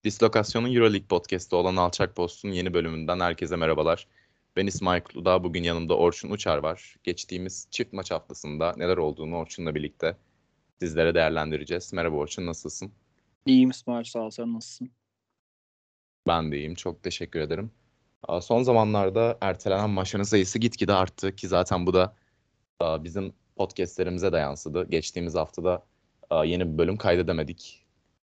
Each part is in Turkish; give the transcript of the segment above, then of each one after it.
Dislokasyon'un Euroleague podcast'ı olan Alçak Post'un yeni bölümünden herkese merhabalar. Ben İsmail Kutlu'da, bugün yanımda Orçun Uçar var. Geçtiğimiz çift maç haftasında neler olduğunu Orçun'la birlikte sizlere değerlendireceğiz. Merhaba Orçun, nasılsın? İyiyim İsmail, sağ ol. Sen nasılsın? Ben de iyiyim, çok teşekkür ederim. Son zamanlarda ertelenen maçların sayısı gitgide arttı ki zaten bu da bizim podcastlerimize de yansıdı. Geçtiğimiz haftada yeni bir bölüm kaydedemedik.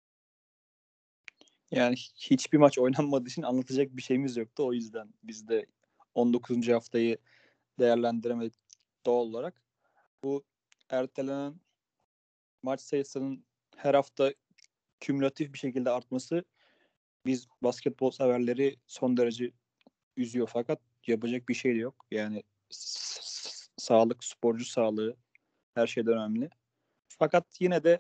Yani hiçbir maç oynanmadığı için anlatacak bir şeyimiz yoktu. O yüzden biz de 19. haftayı değerlendiremedik doğal olarak. Bu ertelenen maç sayısının her hafta kümülatif bir şekilde artması biz basketbol severleri son derece üzüyor. Fakat yapacak bir şey de yok. Yani sağlık, sporcu sağlığı her şeyden önemli. Fakat yine de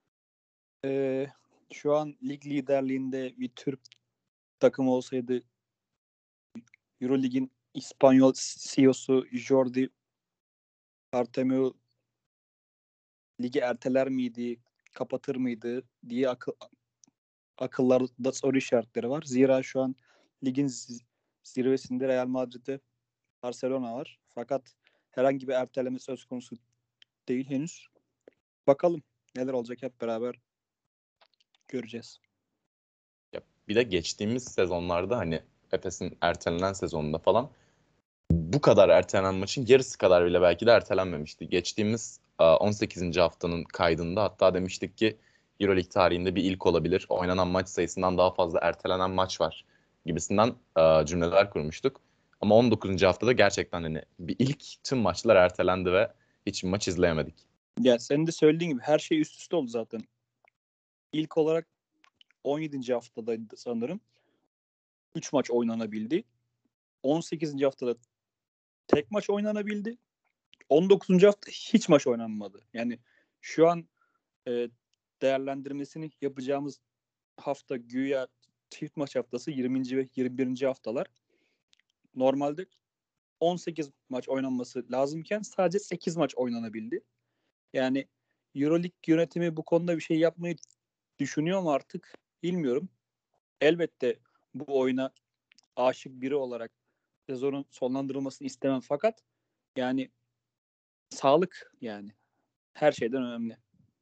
şu an lig liderliğinde bir Türk takımı olsaydı Eurolig'in İspanyol CEO'su Jordi Artemeu ligi erteler miydi, kapatır mıydı diye akıllarda soru işaretleri var. Zira şu an ligin zirvesinde Real Madrid ve Barcelona var. Fakat herhangi bir erteleme söz konusu değil henüz. Bakalım neler olacak, hep beraber göreceğiz. Ya, bir de geçtiğimiz sezonlarda hani Efes'in ertelenen sezonunda falan bu kadar ertelenen maçın yarısı kadar bile belki de ertelenmemişti. Geçtiğimiz 18. haftanın kaydında hatta demiştik ki Euroleague tarihinde bir ilk olabilir. Oynanan maç sayısından daha fazla ertelenen maç var gibisinden cümleler kurmuştuk. Ama 19. haftada gerçekten hani bir ilk, tüm maçlar ertelendi ve hiç maç izleyemedik. Ya senin de söylediğin gibi her şey üst üste oldu zaten. İlk olarak 17. haftadaydı sanırım. 3 maç oynanabildi. 18. haftada tek maç oynanabildi. 19. hafta hiç maç oynanmadı. Yani şu an değerlendirmesini yapacağımız hafta güya çift maç haftası 20. ve 21. haftalar. Normalde 18 maç oynanması lazımken sadece 8 maç oynanabildi. Yani Euroleague yönetimi bu konuda bir şey yapmayı düşünüyor mu artık bilmiyorum. Elbette bu oyuna aşık biri olarak sezonun sonlandırılmasını istemem, fakat yani sağlık yani her şeyden önemli.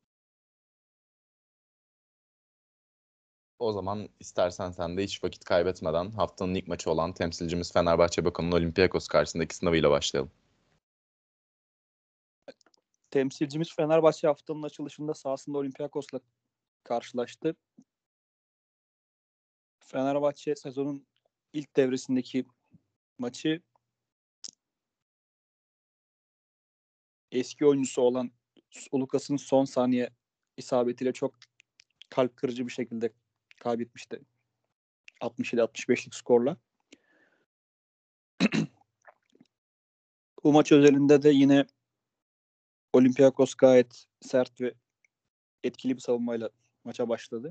O zaman istersen sen de hiç vakit kaybetmeden haftanın ilk maçı olan temsilcimiz Fenerbahçe Bakanı'nın Olympiakos karşısındaki sınavıyla başlayalım. Temsilcimiz Fenerbahçe haftanın açılışında sahasında Olympiakos'la karşılaştı. Fenerbahçe sezonun ilk devresindeki maçı eski oyuncusu olan Sulukas'ın son saniye isabetiyle çok kalp kırıcı bir şekilde kaybetmişti. 67-65'lik skorla. Bu maç özelinde de yine Olympiakos gayet sert ve etkili bir savunmayla maça başladı.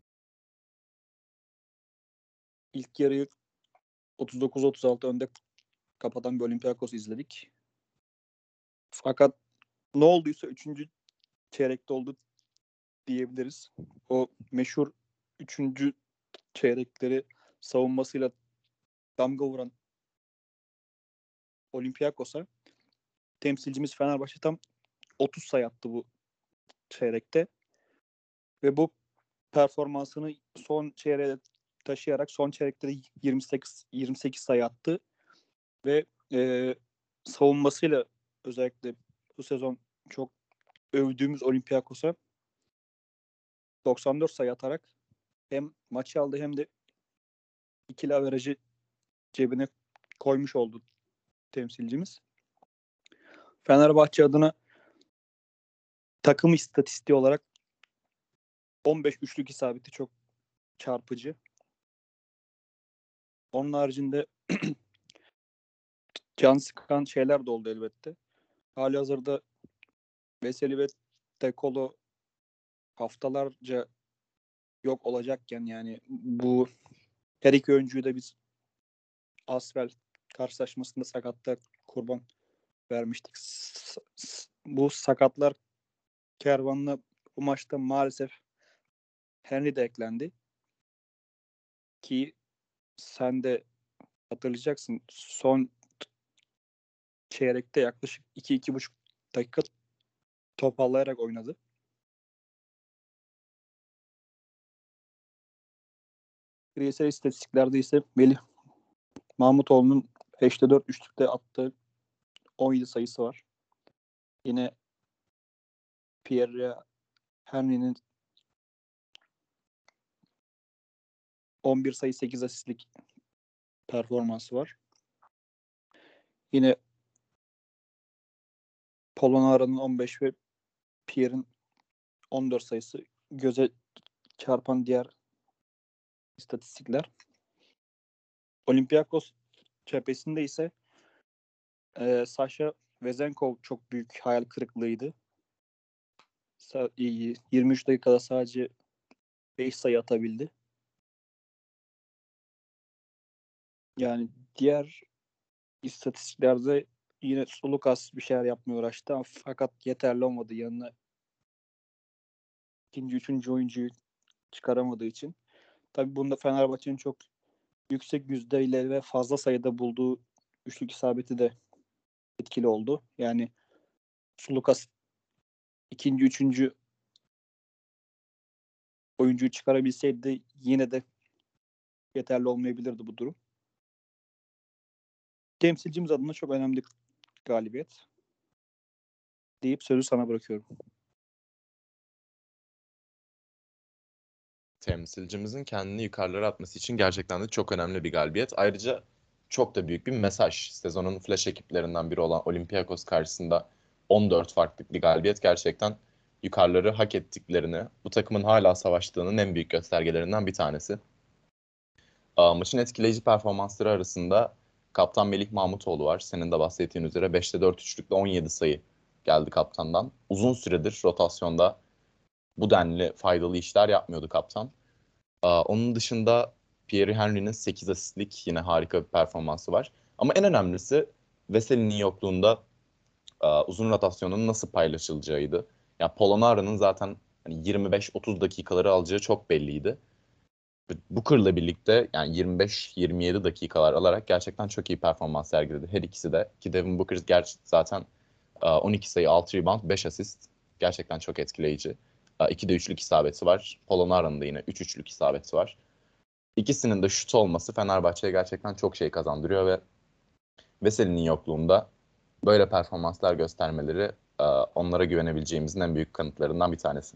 İlk yarıyı 39-36 önde kapatan bir Olympiakos izledik. Fakat ne olduysa 3. çeyrekte oldu diyebiliriz. O meşhur 3. çeyrekleri savunmasıyla damga vuran Olympiakos'a temsilcimiz Fenerbahçe tam 30 sayı attı bu çeyrekte. Ve bu performansını son çeyreğe taşıyarak son çeyrekte de 28 sayı attı. Ve savunmasıyla özellikle bu sezon çok övdüğümüz Olympiakos'a 94 sayı atarak hem maçı aldı hem de ikili averajı cebine koymuş oldu temsilcimiz. Fenerbahçe adına takım istatistiği olarak 15 üçlük isabeti çok çarpıcı. Onun haricinde can sıkan şeyler de oldu elbette. Halihazırda Veseli ve Tekolo haftalarca yok olacakken, yani bu her iki oyuncuyu da biz Asvel karşılaşmasında sakatlığa kurban vermiştik. Bu sakatlar kervanına bu maçta maalesef Henry de eklendi. Ki sen de hatırlayacaksın, son çeyrekte yaklaşık 2-2,5 dakika toparlayarak oynadı. Bireysel istatistiklerde ise Melih Mahmutoğlu'nun 5'te 4 üçlükte attığı 17 sayısı var. Yine Pierre Henry'nin 11 sayı 8 asistlik performansı var. Yine Polonara'nın 15 ve Pierre'in 14 sayısı göze çarpan diğer istatistikler. Olympiakos cephesinde ise Sasha Vezenkov çok büyük hayal kırıklığıydı. 23 dakikada sadece 5 sayı atabildi. Yani diğer istatistiklerde yine Sulukas bir şeyler yapmaya uğraştı fakat yeterli olmadı. Yanına ikinci, üçüncü oyuncuyu çıkaramadığı için. Tabii bunda Fenerbahçe'nin çok yüksek yüzdeyle ve fazla sayıda bulduğu üçlük isabeti de etkili oldu. Yani Sulukas ikinci, üçüncü oyuncuyu çıkarabilseydi yine de yeterli olmayabilirdi bu durum. Temsilcimiz adına çok önemli galibiyet deyip sözü sana bırakıyorum. Temsilcimizin kendini yukarılara atması için gerçekten de çok önemli bir galibiyet. Ayrıca çok da büyük bir mesaj. Sezonun flash ekiplerinden biri olan Olympiakos karşısında 14 farklı bir galibiyet gerçekten yukarıları hak ettiklerini, bu takımın hala savaştığının en büyük göstergelerinden bir tanesi. Maçın etkileyici performansları arasında kaptan Melih Mahmutoğlu var. Senin de bahsettiğin üzere 5'te 4 üçlükle 17 sayı geldi kaptandan. Uzun süredir rotasyonda bu denli faydalı işler yapmıyordu kaptan. Onun dışında Pierre Henry'nin 8 asistlik yine harika bir performansı var. Ama en önemlisi Veseli'nin yokluğunda uzun rotasyonun nasıl paylaşılacağıydı. Ya Polonara'nın zaten hani 25-30 dakikaları alacağı çok belliydi. Booker'la birlikte yani 25-27 dakikalar alarak gerçekten çok iyi performans sergiledi. Her ikisi de. Ki Devin Booker zaten 12 sayı, 6 rebound, 5 asist. Gerçekten çok etkileyici. 2 de üçlük isabeti var. Polonara'nın da yine 3 üçlük isabeti var. İkisinin de şut olması Fenerbahçe'ye gerçekten çok şey kazandırıyor ve Veseli'nin yokluğunda böyle performanslar göstermeleri onlara güvenebileceğimizin en büyük kanıtlarından bir tanesi.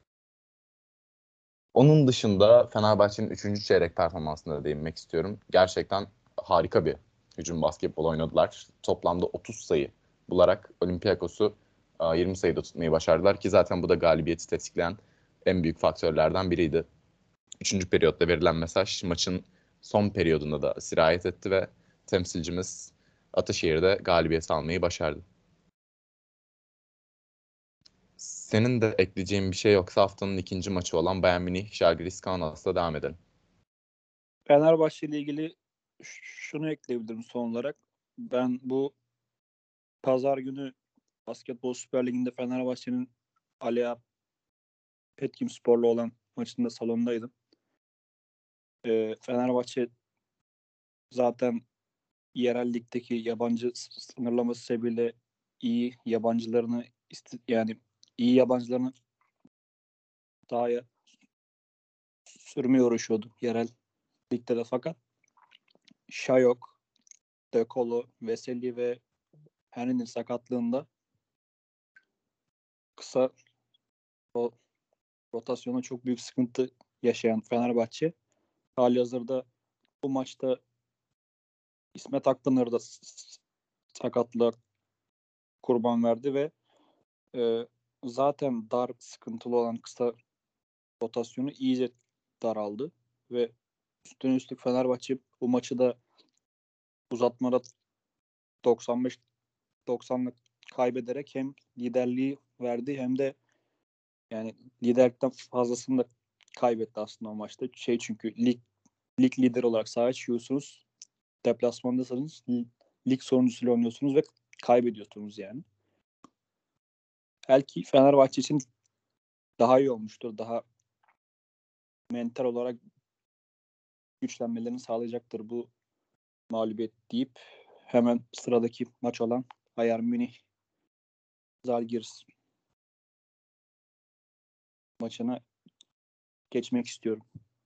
Onun dışında Fenerbahçe'nin 3. çeyrek performansına da değinmek istiyorum. Gerçekten harika bir hücum basketbol oynadılar. Toplamda 30 sayı bularak Olympiakos'u 20 sayıda tutmayı başardılar ki zaten bu da galibiyeti tetikleyen en büyük faktörlerden biriydi. 3. periyotta verilen mesaj maçın son periyodunda da sirayet etti ve temsilcimiz Ataşehir'de galibiyet almayı başardı. Senin de ekleyeceğin bir şey yoksa haftanın ikinci maçı olan Bayern Münih Žalgiris Kaunas'la devam edelim. Fenerbahçe ile ilgili şunu ekleyebilirim son olarak. Ben bu pazar günü Basketbol Süper Ligi'nde Fenerbahçe'nin Alea Petkim olan maçında salondaydım. Fenerbahçe zaten yerel ligdeki yabancı sınırlaması sebebiyle iyi yabancılarını iyi yabancılarını sahaya sürmeye uğraşıyordu yerel ligde de, fakat Şayok, De Colo, Veseli ve Henry'nin sakatlığında kısa rotasyona çok büyük sıkıntı yaşayan Fenerbahçe halihazırda bu maçta İsmet Akpınar'ı da sakatlığa kurban verdi ve zaten sıkıntılı olan kısa rotasyonu iyice daraldı ve üstüne üstlük Fenerbahçe bu maçı da uzatmada 95-90'lık kaybederek hem liderliği verdi hem de yani liderlikten fazlasını da kaybetti aslında o maçta. Çünkü lig lideri olarak sahaya çıkıyorsunuz. Deplasmandasınız. Lig sonuncusuyla oynuyorsunuz ve kaybediyorsunuz yani. Belki Fenerbahçe için daha iyi olmuştur. Daha mental olarak güçlenmelerini sağlayacaktır bu mağlubiyet deyip hemen sıradaki maç olan Bayern Münih Zalgiris maçına geçmek istiyorum.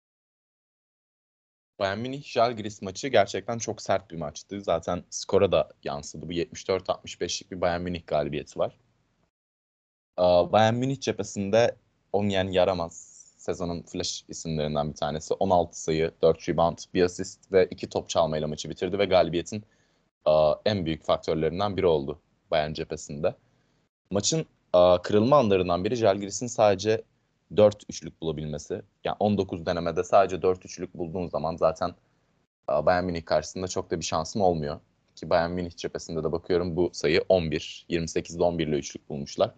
Bayern Münih Žalgiris maçı gerçekten çok sert bir maçtı. Zaten skora da yansıdı. Bu 74-65'lik bir Bayern Münih galibiyeti var. Bayern Münih cephesinde Onyen Yaramaz sezonun flash isimlerinden bir tanesi. 16 sayı, 4 rebound, 1 asist ve 2 top çalmayla maçı bitirdi ve galibiyetin en büyük faktörlerinden biri oldu Bayern cephesinde. Maçın kırılma anlarından biri Žalgiris'in sadece 4 üçlük bulabilmesi. Yani 19 denemede sadece 4 üçlük bulduğun zaman zaten Bayern Münih karşısında çok da bir şansın olmuyor. Ki Bayern Münih cephesinde de bakıyorum bu sayı 11. 28'de 11 ile üçlük bulmuşlar.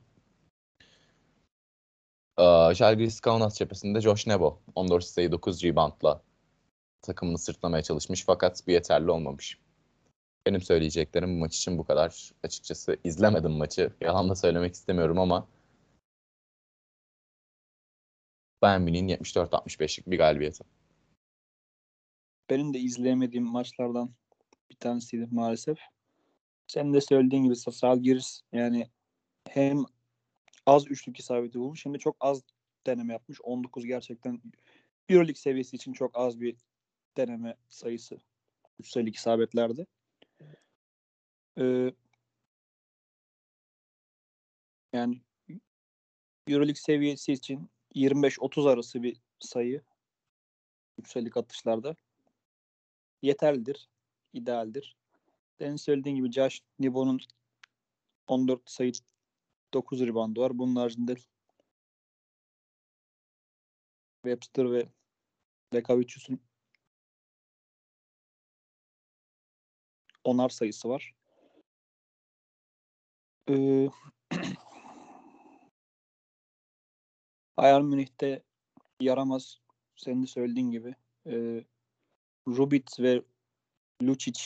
Žalgiris Kaunas cephesinde Josh Nebo 14 sayı 9 reboundla takımını sırtlamaya çalışmış fakat bu yeterli olmamış. Benim söyleyeceklerim bu maç için bu kadar. Açıkçası izlemedim maçı. Yalan da söylemek istemiyorum ama Bayern Münih'in 74-65'lik bir galibiyeti. Benim de izleyemediğim maçlardan bir tanesiydi maalesef. Sen de söylediğin gibi Zalgiris yani hem az üçlük isabeti bulmuş hem de çok az deneme yapmış. 19 gerçekten EuroLeague seviyesi için çok az bir deneme sayısı. Üstelik isabetlerde. Yani EuroLeague seviyesi için 25-30 arası bir sayı yükselik atışlarda yeterlidir, idealdir. Senin söylediğin gibi Josh Nibo'nun 14 sayı 9 reboundu var. Bunun haricinde Webster ve Lekavicius'un 10'ar sayısı var. Bayern Münih'te yaramaz. Senin de söylediğin gibi. Rubic ve Lucic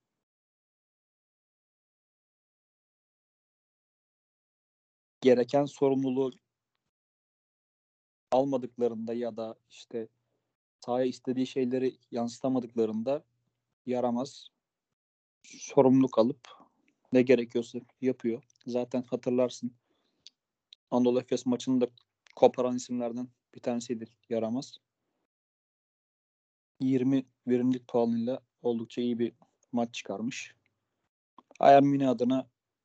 gereken sorumluluğu almadıklarında ya da işte sahaya istediği şeyleri yansıtamadıklarında yaramaz. Sorumluluk alıp ne gerekiyorsa yapıyor. Zaten hatırlarsın Anadolu Efes maçını da koparan isimlerden bir tanesiydi yaramaz. 20 verimlilik puanıyla oldukça iyi bir maç çıkarmış. Bayern Münih adına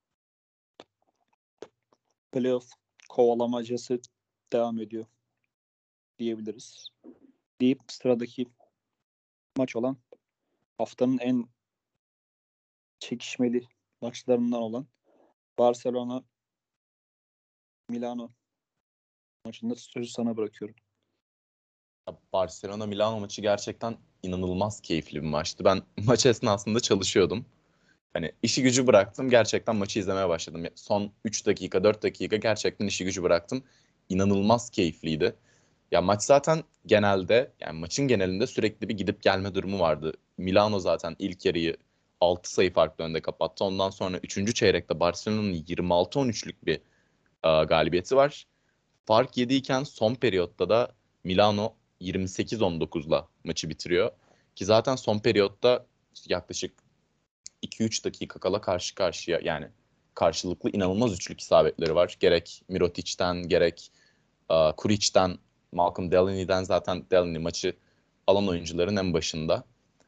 playoff kovalamacası devam ediyor diyebiliriz. Deyip sıradaki maç olan haftanın en çekişmeli maçlarından olan Barcelona Milano maçında sözü sana bırakıyorum. Barcelona Milano maçı gerçekten inanılmaz keyifli bir maçtı. Ben maç esnasında çalışıyordum. Hani işi gücü bıraktım. Gerçekten maçı izlemeye başladım. Son 3 dakika, 4 dakika gerçekten işi gücü bıraktım. İnanılmaz keyifliydi. Ya maç zaten genelde yani maçın genelinde sürekli bir gidip gelme durumu vardı. Milano zaten ilk yarıyı 6 sayı farklı önde kapattı. Ondan sonra 3. çeyrekte Barcelona'nın 26-13'lük bir galibiyeti var. Fark 7 iken son periyotta da Milano 28-19'la maçı bitiriyor. Ki zaten son periyotta yaklaşık 2-3 dakika kala karşı karşıya yani karşılıklı inanılmaz üçlük isabetleri var. Gerek Mirotic'ten gerek Kuric'ten, Malcolm Delaney'den zaten Delaney maçı alan oyuncuların en başında.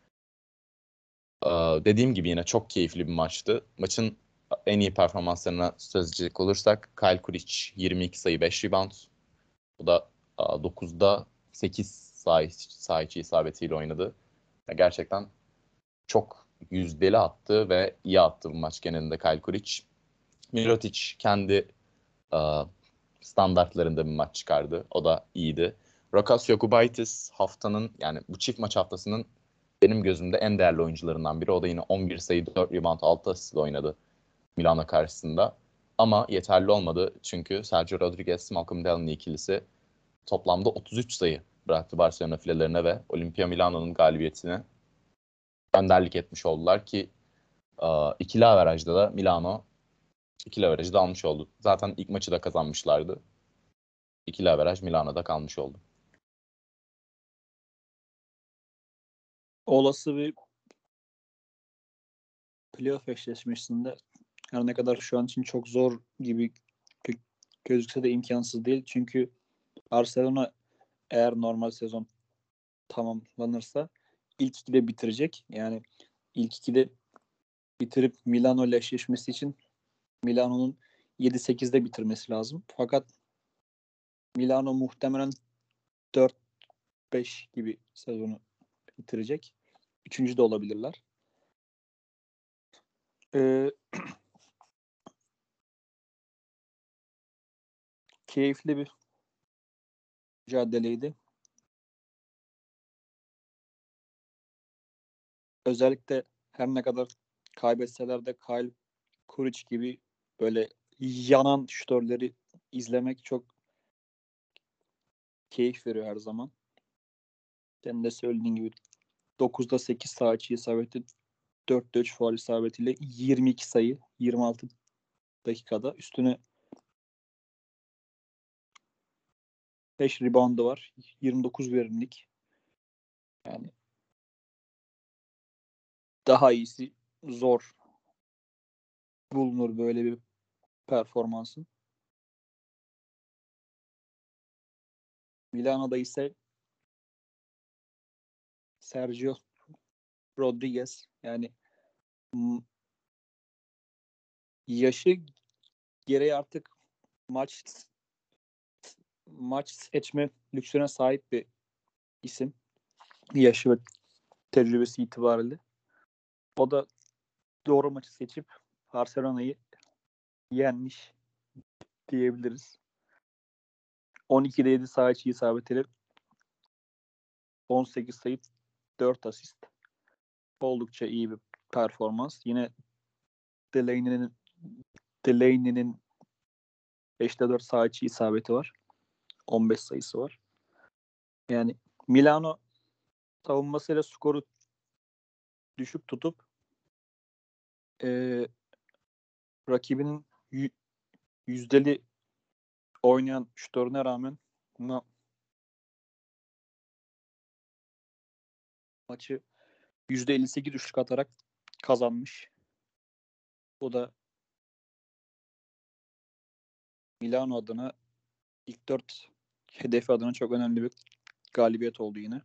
Dediğim gibi yine çok keyifli bir maçtı. Maçın en iyi performanslarına söz edecek olursak Kyle Kuric 22 sayı 5 rebound. Bu da 9'da 8 saha içi isabetiyle oynadı. Gerçekten çok yüzdeli attı ve iyi attı bu maç genelinde Kyle Kuric. Mirotic kendi standartlarında bir maç çıkardı. O da iyiydi. Rokas Jokubaitis haftanın yani bu çift maç haftasının benim gözümde en değerli oyuncularından biri. O da yine 11 sayı 4 rebound 6 asistle oynadı Milano karşısında. Ama yeterli olmadı çünkü Sergio Rodriguez, Malcolm Delaney ikilisi toplamda 33 sayı bıraktı Barcelona filelerine ve Olimpia Milano'nun galibiyetine önderlik etmiş oldular ki ikili averajda da Milano ikili averajı da almış oldu. Zaten ilk maçı da kazanmışlardı. İkili averaj Milano'da kalmış oldu. olası bir playoff eşleşmesinde her ne kadar şu an için çok zor gibi gözükse de imkansız değil. Çünkü Barcelona eğer normal sezon tamamlanırsa ilk ikide bitirecek. Yani ilk ikide bitirip Milano ile eşleşmesi için Milano'nun 7-8'de bitirmesi lazım. Fakat Milano muhtemelen 4-5 gibi sezonu bitirecek. Üçüncü de olabilirler. Keyifli bir mücadeleydi. Özellikle her ne kadar kaybetseler de Kyle Kuric gibi böyle yanan şütörleri izlemek çok keyif veriyor her zaman. Senin de söylediğin gibi 9'da 8 sağ içi isabeti, 4'te 3 faul isabetiyle 22 sayı 26 dakikada. Üstüne 5 reboundu var. 29 verimlilik. Yani daha iyisi zor bulunur böyle bir performansın. Milano'da ise Sergio Rodriguez, yani yaşı gereği artık maç seçme lüksüne sahip bir isim. Yaşı ve tecrübesi itibariyle. O da doğru maçı seçip Barcelona'yı yenmiş diyebiliriz. 12'de 7 sağ içi isabetiyle 18 sayı 4 asist. Oldukça iyi bir performans. Yine Delaney'nin 5'te 4 sağ içi isabeti var. 15 sayısı var. Yani Milano savunmasıyla skoru düşük tutup rakibinin yüzdeli oynayan şutörüne rağmen maçı %58 üçlük atarak kazanmış. Bu da Milano adına ilk 4 hedefi adına çok önemli bir galibiyet oldu yine.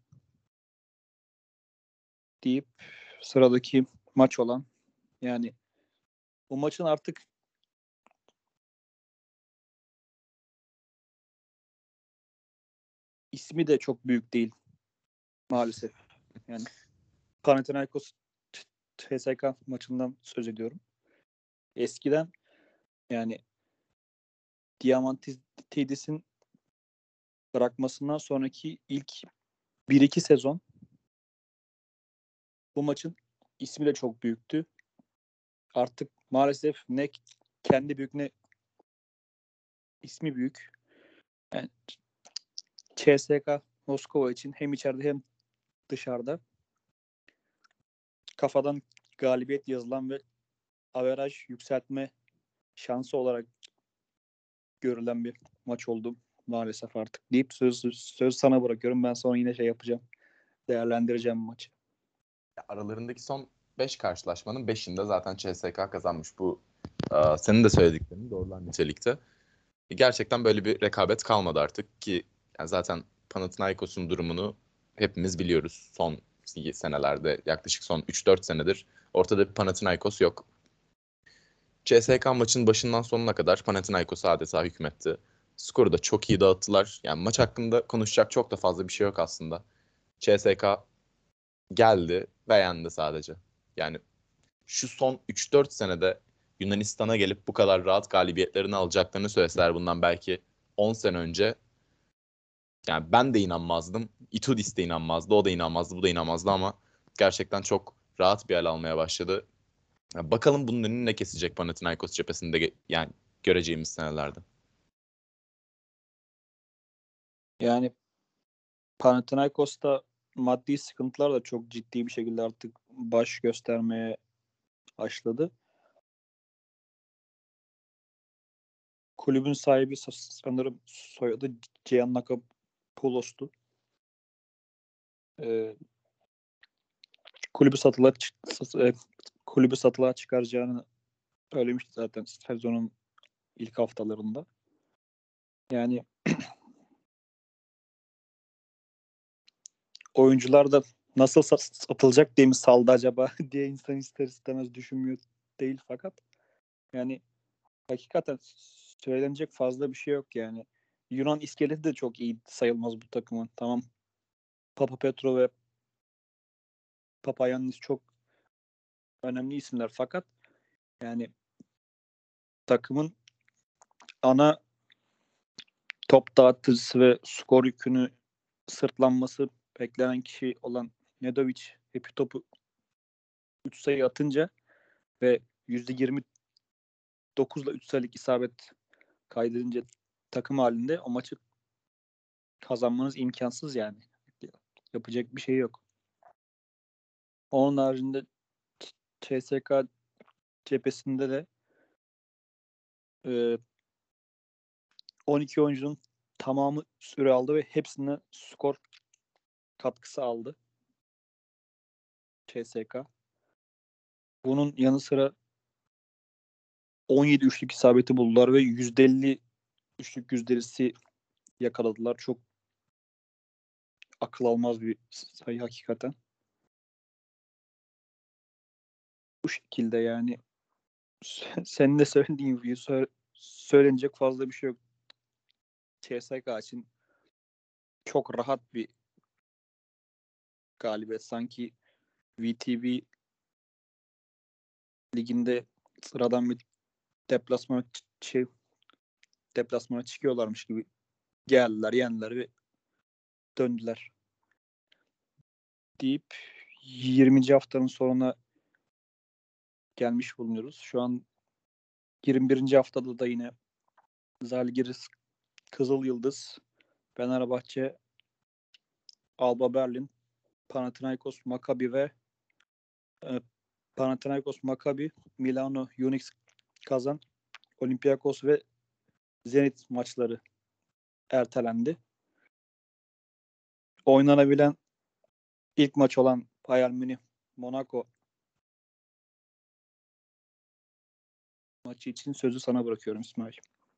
Deyip sıradaki maç olan, yani bu maçın artık ismi de çok büyük değil maalesef. Yani Panathinaikos CSKA maçından söz ediyorum. Eskiden yani Diamantidis'in bırakmasından sonraki ilk 1-2 sezon bu maçın ismi de çok büyüktü. Artık maalesef ne kendi büyük ne ismi büyük. Yani CSKA Moskova için hem içeride hem dışarıda kafadan galibiyet yazılan ve averaj yükseltme şansı olarak görülen bir maç oldu maalesef artık deyip söz sana bırakıyorum. Ben sonra yine yapacağım. Değerlendireceğim maçı. Aralarındaki son 5 karşılaşmanın 5'inde zaten CSKA kazanmış. Bu senin de söylediklerin doğrular nitelikte. Gerçekten böyle bir rekabet kalmadı artık ki yani zaten Panathinaikos'un durumunu hepimiz biliyoruz. Son senelerde yaklaşık son 3-4 senedir ortada bir Panathinaikos yok. CSKA maçın başından sonuna kadar Panathinaikos adeta hükmetti. Skoru da çok iyi dağıttılar. Yani maç hakkında konuşacak çok da fazla bir şey yok aslında. CSKA geldi, beğendi sadece. Yani şu son 3-4 senede Yunanistan'a gelip bu kadar rahat galibiyetlerini alacaklarını söyleseler bundan belki 10 sene önce, yani ben de inanmazdım. Itudis de inanmazdı, o da inanmazdı, bu da inanmazdı ama gerçekten çok rahat bir hal almaya başladı. Yani bakalım bunun önünü ne kesecek Panathinaikos cephesinde yani göreceğimiz senelerde. Yani Panathinaikos'ta maddi sıkıntılar da çok ciddi bir şekilde artık baş göstermeye başladı. Kulübün sahibi sanırım soyadı Giannakopoulos'tu. Ee, kulübü satılığa çıkaracağını söylemişti zaten sezonun ilk haftalarında. Yani oyuncular da nasıl satılacak diye mi saldı acaba diye insan ister istemez düşünmüyor değil, fakat yani hakikaten söylenecek fazla bir şey yok yani. Yunan iskeleti de çok iyi sayılmaz bu takımın. Tamam, Papapetro ve Papayannis çok önemli isimler, fakat yani takımın ana top dağıtıcısı ve skor yükünü sırtlanması beklenen kişi olan Nedovic hepi topu 3 sayı atınca ve %29'la 3 sayılık isabet kaydedince takım halinde o maçı kazanmanız imkansız yani. Yapacak bir şey yok. Onun haricinde CSK cephesinde de 12 oyuncunun tamamı süre aldı ve hepsine skor katkısı aldı CSK. Bunun yanı sıra 17 üçlük isabeti buldular ve %50 üçlük yüzdesi yakaladılar. Çok akıl almaz bir sayı hakikaten. Bu şekilde yani senin de söylediğin gibi söylenecek fazla bir şey yok. CSK için çok rahat bir galibiyet. Sanki VTB liginde sıradan bir deplasmana deplasmana çıkıyorlarmış gibi geldiler, yendiler ve döndüler deyip 20. haftanın sonuna gelmiş bulunuyoruz. Şu an 21. haftada da yine Zalgiris, Kızıl Yıldız, Fenerbahçe, Alba Berlin, Panathinaikos, Maccabi ve Panathinaikos, Maccabi, Milano, Unix, Kazan, Olympiakos ve Zenit maçları ertelendi. Oynanabilen ilk maç olan Bayern Münih Monaco maçı için sözü sana bırakıyorum İsmail.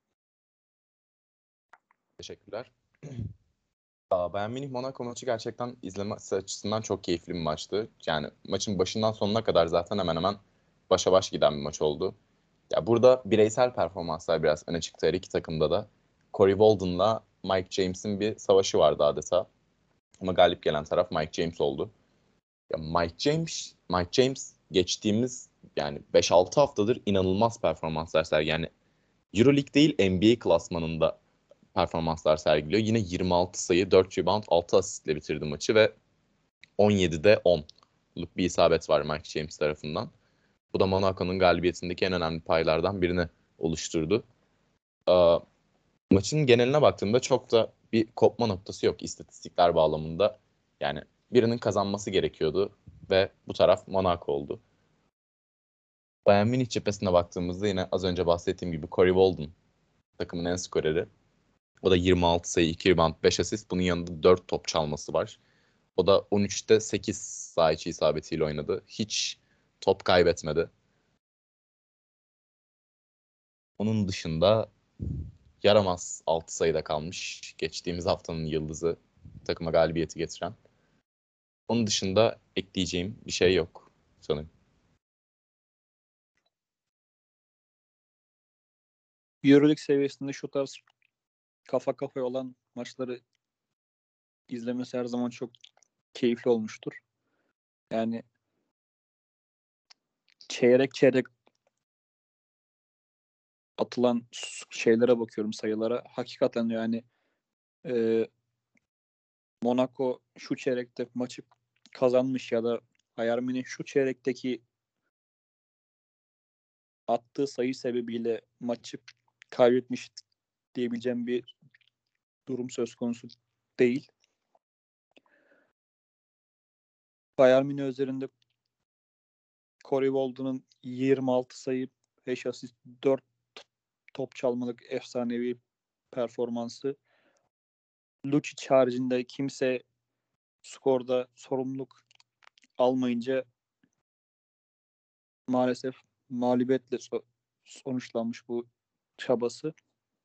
Teşekkürler. Bayern Münih Monaco maçı gerçekten izlemesi açısından çok keyifli bir maçtı. Yani maçın başından sonuna kadar zaten hemen hemen başa baş giden bir maç oldu. Ya burada bireysel performanslar biraz öne çıktı her iki takımda da. Corey Walden'la Mike James'in bir savaşı vardı adeta. Ama galip gelen taraf Mike James oldu. Ya Mike James geçtiğimiz yani 5-6 haftadır inanılmaz performanslar sergiliyor. Yani EuroLeague değil NBA klasmanında performanslar sergiliyor. Yine 26 sayı, 4 rebound, 6 asistle bitirdi maçı ve 17'de 10'luk bir isabet var Mike James tarafından. Bu da Monaco'nun galibiyetindeki en önemli paylardan birini oluşturdu. Maçın geneline baktığımda çok da bir kopma noktası yok istatistikler bağlamında. Yani birinin kazanması gerekiyordu ve bu taraf Monaco oldu. Bayern Münih cephesine baktığımızda yine az önce bahsettiğim gibi Corey Walden takımın en skoreri. O da 26 sayı, 2 rebound, 5 asist. Bunun yanında 4 top çalması var. O da 13'te 8 saha içi isabetiyle oynadı. Hiç top kaybetmedi. Onun dışında yaramaz 6 sayıda kalmış. Geçtiğimiz haftanın yıldızı takıma galibiyeti getiren. Onun dışında ekleyeceğim bir şey yok sanırım. EuroLeague seviyesinde şu tarz kafa kafaya olan maçları izlemesi her zaman çok keyifli olmuştur. Yani çeyrek çeyrek atılan şeylere bakıyorum, sayılara. Hakikaten yani Monaco şu çeyrekte maçı kazanmış ya da Bayern Münih şu çeyrekteki attığı sayı sebebiyle maçı kaybetmiş diyebileceğim bir durum söz konusu değil. Bayern Münih üzerinde Corey Walden'ın 26 sayı, 5 asist, 4 top çalmalık efsanevi performansı. Lucic haricinde kimse skorda sorumluluk almayınca maalesef mağlubiyetle sonuçlanmış bu çabası.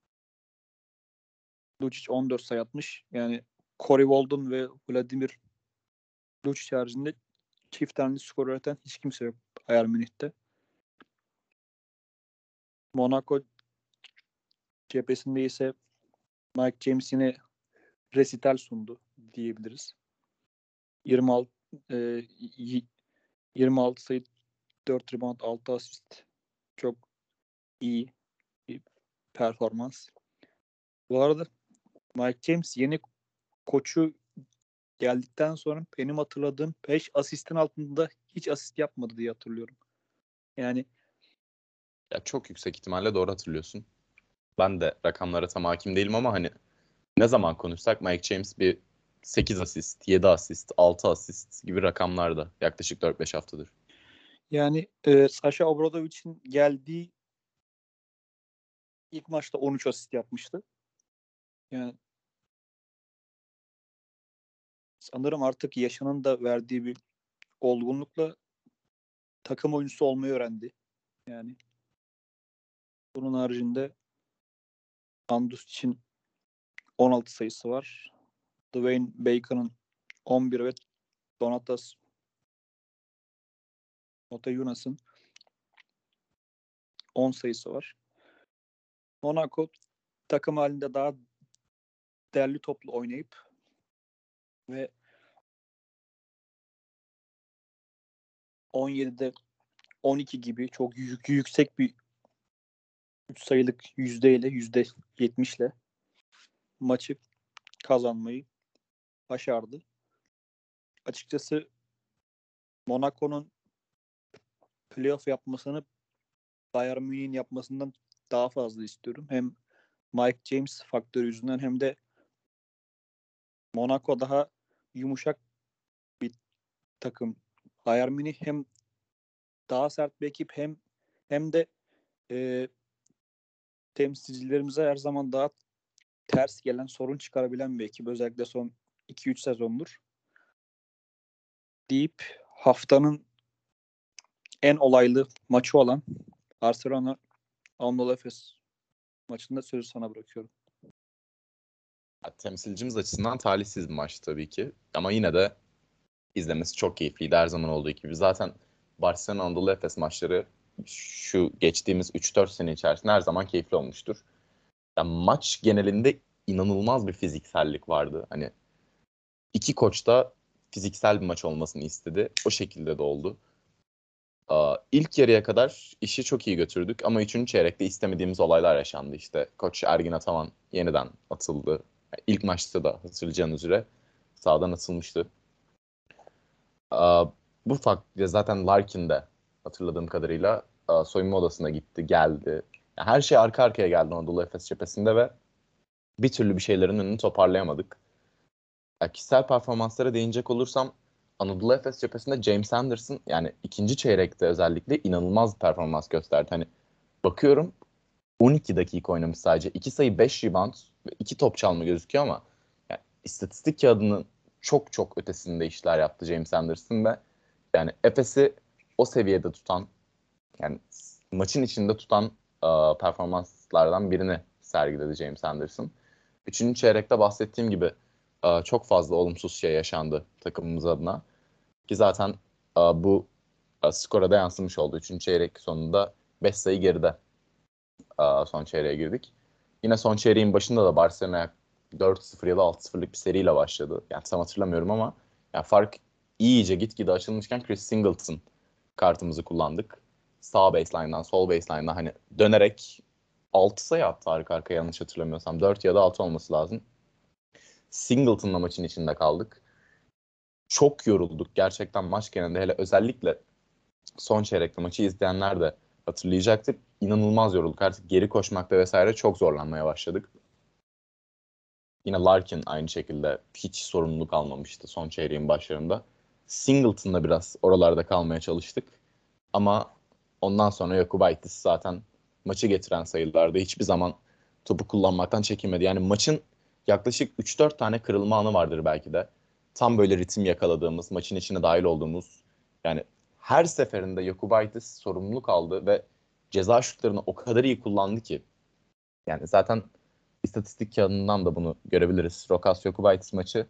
Lucic 14 sayı atmış. Yani Corey Walden ve Vladimir Lucic haricinde çift taneli skor üreten hiç kimse yok Bayern Münih'te. Monaco cephesinde ise Mike James yine resital sundu diyebiliriz. 26 26 sayı, 4 rebound, 6 asist. Çok iyi bir performans. Bu arada Mike James yeni koçu geldikten sonra benim hatırladığım 5 asistin altında hiç asist yapmadı diye hatırlıyorum. Yani Ya çok yüksek ihtimalle doğru hatırlıyorsun. Ben de rakamlara tam hakim değilim ama hani ne zaman konuşsak Mike James bir 8 asist, 7 asist, 6 asist gibi rakamlarda yaklaşık 4-5 haftadır. yani Sasha Obradovic'in geldiği ilk maçta 13 asist yapmıştı. Yani sanırım artık yaşının da verdiği bir olgunlukla takım oyuncusu olmayı öğrendi. Yani bunun haricinde Andus için 16 sayısı var. Dwayne Bacon'ın 11 ve Donatas Motiejunas 10 sayısı var. Monaco takım halinde daha derli toplu oynayıp ve 17'de 12 gibi çok yüksek bir 3 sayılık yüzdeyle %70'le maçı kazanmayı başardı. Açıkçası Monaco'nun playoff yapmasını Bayern Münih'in yapmasından daha fazla istiyorum. Hem Mike James faktörü yüzünden hem de Monaco daha yumuşak bir takım. Bayern Münih hem daha sert bir ekip hem de e, temsilcilerimize her zaman daha ters gelen, sorun çıkarabilen bir ekip. Özellikle son 2-3 sezondur. Deyip haftanın en olaylı maçı olan Barcelona Anadolu Efes maçında sözü sana bırakıyorum. Ya, temsilcimiz açısından talihsiz bir maç tabii ki. Ama yine de izlemesi çok keyifliydi her zaman olduğu gibi. Zaten Barcelona Anadolu Efes maçları şu geçtiğimiz 3-4 sene içerisinde her zaman keyifli olmuştur. Yani maç genelinde inanılmaz bir fiziksellik vardı. Hani iki koç da fiziksel bir maç olmasını istedi. O şekilde de oldu. İlk yarıya kadar işi çok iyi götürdük ama üçüncü çeyrekte istemediğimiz olaylar yaşandı. İşte koç Ergin Ataman yeniden atıldı. İlk maçta da hatırlayacağınız üzere sağdan atılmıştı. Bu farklı zaten Larkin de hatırladığım kadarıyla soyunma odasına gitti, geldi. Yani her şey arka arkaya geldi Anadolu Efes cephesinde ve bir türlü bir şeylerin önünü toparlayamadık. Kişisel performanslara değinecek olursam Anadolu Efes cephesinde James Anderson yani ikinci çeyrekte özellikle inanılmaz bir performans gösterdi. Hani bakıyorum 12 dakika oynamış sadece. 2 sayı 5 rebound ve 2 top çalma gözüküyor ama yani istatistik kağıdının çok çok ötesinde işler yaptı James Anderson ve yani Efes'i o seviyede tutan yani maçın içinde tutan performanslardan birini sergiledi James Anderson. Üçüncü çeyrekte bahsettiğim gibi çok fazla olumsuz şey yaşandı takımımız adına. Ki zaten bu skora da yansımış oldu. Üçüncü çeyrek sonunda 5 sayı geride son çeyreğe girdik. Yine son çeyreğin başında da Barcelona 4-0 ya da 6-0'lık bir seriyle başladı. Yani tam hatırlamıyorum ama yani fark iyice gitgide açılmışken Chris Singleton kartımızı kullandık. Sağ baseline'dan sol baseline'dan hani dönerek 6 sayı attı arka arkaya yanlış hatırlamıyorsam. 4 ya da 6 olması lazım. Singleton'la maçın içinde kaldık. Çok yorulduk gerçekten maç genelinde hele özellikle son çeyrekte maçı izleyenler de hatırlayacaktır. İnanılmaz yorulduk. Artık geri koşmakta vesaire çok zorlanmaya başladık. Yine Larkin aynı şekilde hiç sorumluluk almamıştı son çeyreğin başlarında. Singleton'la biraz oralarda kalmaya çalıştık. Ama ondan sonra Jakubaitis zaten maçı getiren sayılarda hiçbir zaman topu kullanmaktan çekinmedi. Yani maçın yaklaşık 3-4 tane kırılma anı vardır belki de. tam böyle ritim yakaladığımız, maçın içine dahil olduğumuz, yani her seferinde Jokubaitis sorumluluk aldı ve ceza şutlarını o kadar iyi kullandı ki, yani zaten istatistik kağıdından da bunu görebiliriz. Rokas Jokubaitis maçı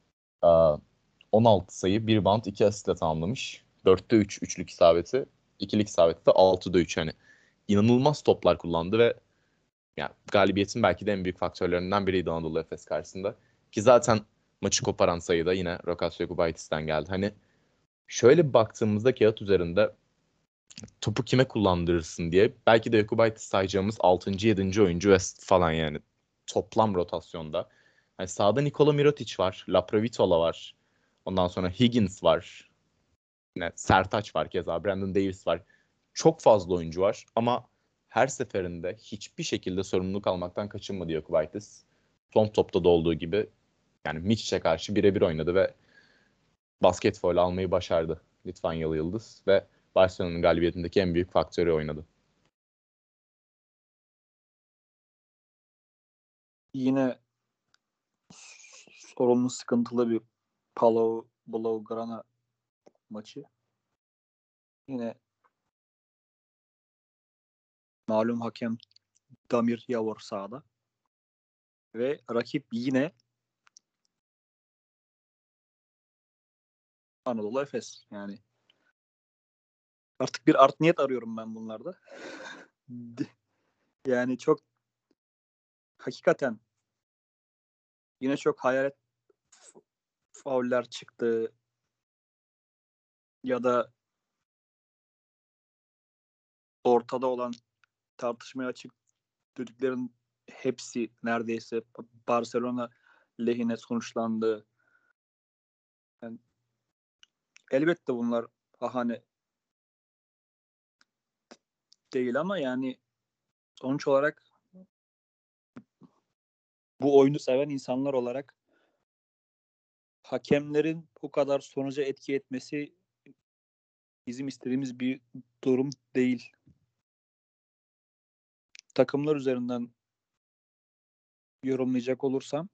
16 sayı, 1 rebound, 2 asistle tamamlamış. 4'te 3 üçlük isabeti, ikilik isabeti de 6'da 3. Hani inanılmaz toplar kullandı ve yani galibiyetin belki de en büyük faktörlerinden biriydi Anadolu Efes karşısında. Ki zaten maçı koparan sayı da yine Rokas Jokubaitis'ten geldi. Hani şöyle bir baktığımızda kağıt üzerinde topu kime kullandırırsın diye belki de Jokubaitis sayacağımız 6. 7. oyuncu ve falan yani toplam rotasyonda. Yani sağda Nikola Mirotic var, Laprovitola var. Ondan sonra Higgins var. Yine Sertaç var keza, Brandon Davis var. Çok fazla oyuncu var ama her seferinde hiçbir şekilde sorumluluk almaktan kaçınmadı Jokubaitis. Son topta da olduğu gibi yani Micic'e karşı birebir oynadı ve basket faul almayı başardı Litvanyalı Yıldız ve Barcelona'nın galibiyetindeki en büyük faktörü oynadı. Yine sorunlu, sıkıntılı bir Palau Blaugrana maçı. Yine malum hakem Damir Yavor sahada. Ve rakip yine Anadolu Efes. Yani artık bir art niyet arıyorum ben bunlarda. Yani çok hakikaten yine çok hayalet fauller çıktı ya da ortada olan tartışmaya açık dediklerin hepsi neredeyse Barcelona lehine sonuçlandı. Yani elbette bunlar bahane değil ama yani sonuç olarak bu oyunu seven insanlar olarak hakemlerin bu kadar sonuca etki etmesi bizim istediğimiz bir durum değil. Takımlar üzerinden yorumlayacak olursam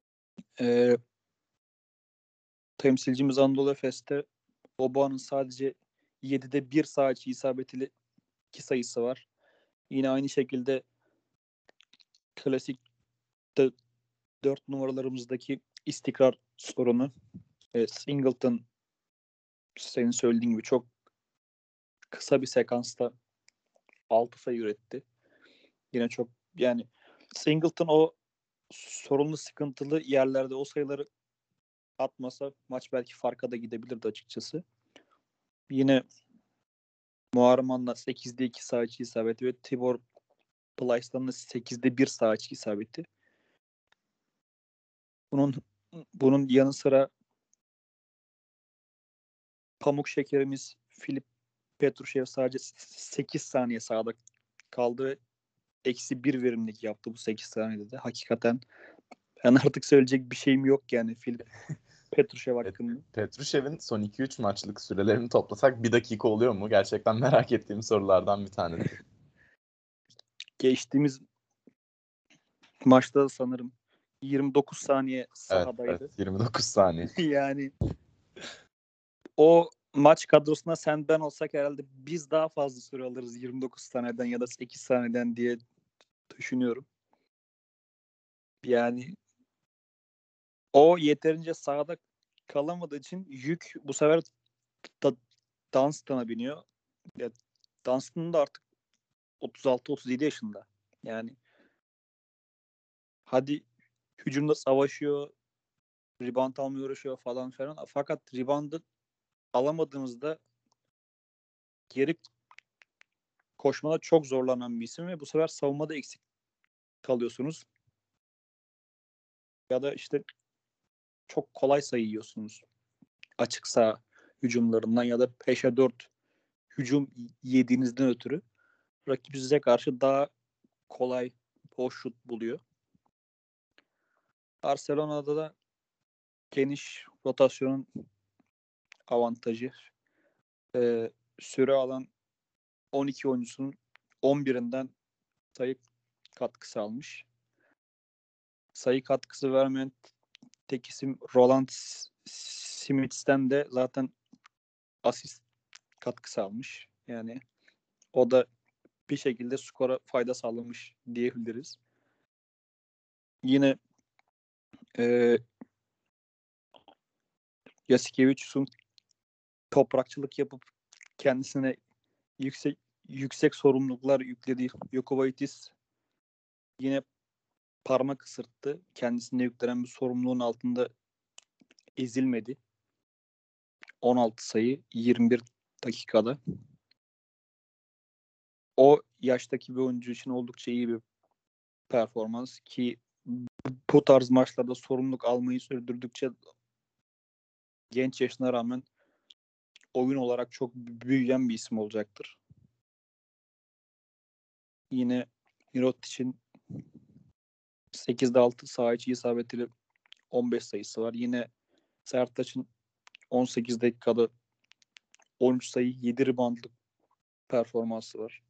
temsilcimiz Anadolu Efes'te Oba'nın sadece 7'de 1 sağ içi isabetli 2 sayısı var. Yine aynı şekilde klasik 4 numaralarımızdaki istikrar sorunu. Singleton senin söylediğin gibi çok kısa bir sekansta 6 sayı üretti. Yine çok yani Singleton o sorunlu sıkıntılı yerlerde o sayıları atmasa maç belki farka da gidebilirdi açıkçası. Yine Muharreman'la 8'de 2 sağ içi isabeti ve Tibor Plyce'dan 8'de 1 sağ içi isabeti. Bunun yanı sıra pamuk şekerimiz Filip Petrushev sadece 8 saniye sahada kaldı ve eksi 1 verimlilik yaptı bu 8 saniyede de. Hakikaten ben artık söyleyecek bir şeyim yok yani Filip Petrushev hakkında. Petrushev'in son 2-3 maçlık sürelerini toplasak 1 dakika oluyor mu? Gerçekten merak ettiğim sorulardan bir tanesi. Geçtiğimiz maçta da sanırım 29 saniye Evet, evet, sahadaydı. 29 saniye. Yani o maç kadrosuna sen ben olsak herhalde biz daha fazla süre alırız 29 saniyeden ya da 8 saniyeden diye düşünüyorum. Yani o yeterince sahada kalamadığı için yük bu sefer da Dunstan'a biniyor. Ya, Dunstan da artık 36-37 yaşında. Yani hadi hücumda savaşıyor, rebound almaya uğraşıyor falan filan. Fakat reboundı alamadığınızda geri koşmada çok zorlanan bir isim ve bu sefer savunmada eksik kalıyorsunuz. Ya da işte çok kolay sayı yiyorsunuz. Açık saha hücumlarından ya da 5'e 4 hücum yediğinizden ötürü rakip size karşı daha kolay boş şut buluyor. Barcelona'da da geniş rotasyonun avantajı. Süre alan 12 oyuncusunun 11'inden sayı katkısı almış. Sayı katkısı vermeyen tek isim Roland Smith'ten de zaten asist katkısı almış. Yani o da bir şekilde skora fayda sağlamış diyebiliriz. Yine Jasikevicius'un toprakçılık yapıp kendisine yüksek sorumluluklar yüklediği Jokubaitis yine parmak ısırttı. Kendisine yüklenen bir sorumluluğun altında ezilmedi. 16 sayı 21 dakikada. O yaştaki bir oyuncu için oldukça iyi bir performans ki bu tarz maçlarda sorumluluk almayı sürdürdükçe genç yaşına rağmen oyun olarak çok büyüyen bir isim olacaktır. Yine Mirotic'in 8'de 6 saha içi isabetiyle 15 sayısı var. Yine Sertaç'ın 18 dakikada 13 sayı 7 reboundlık performansı var.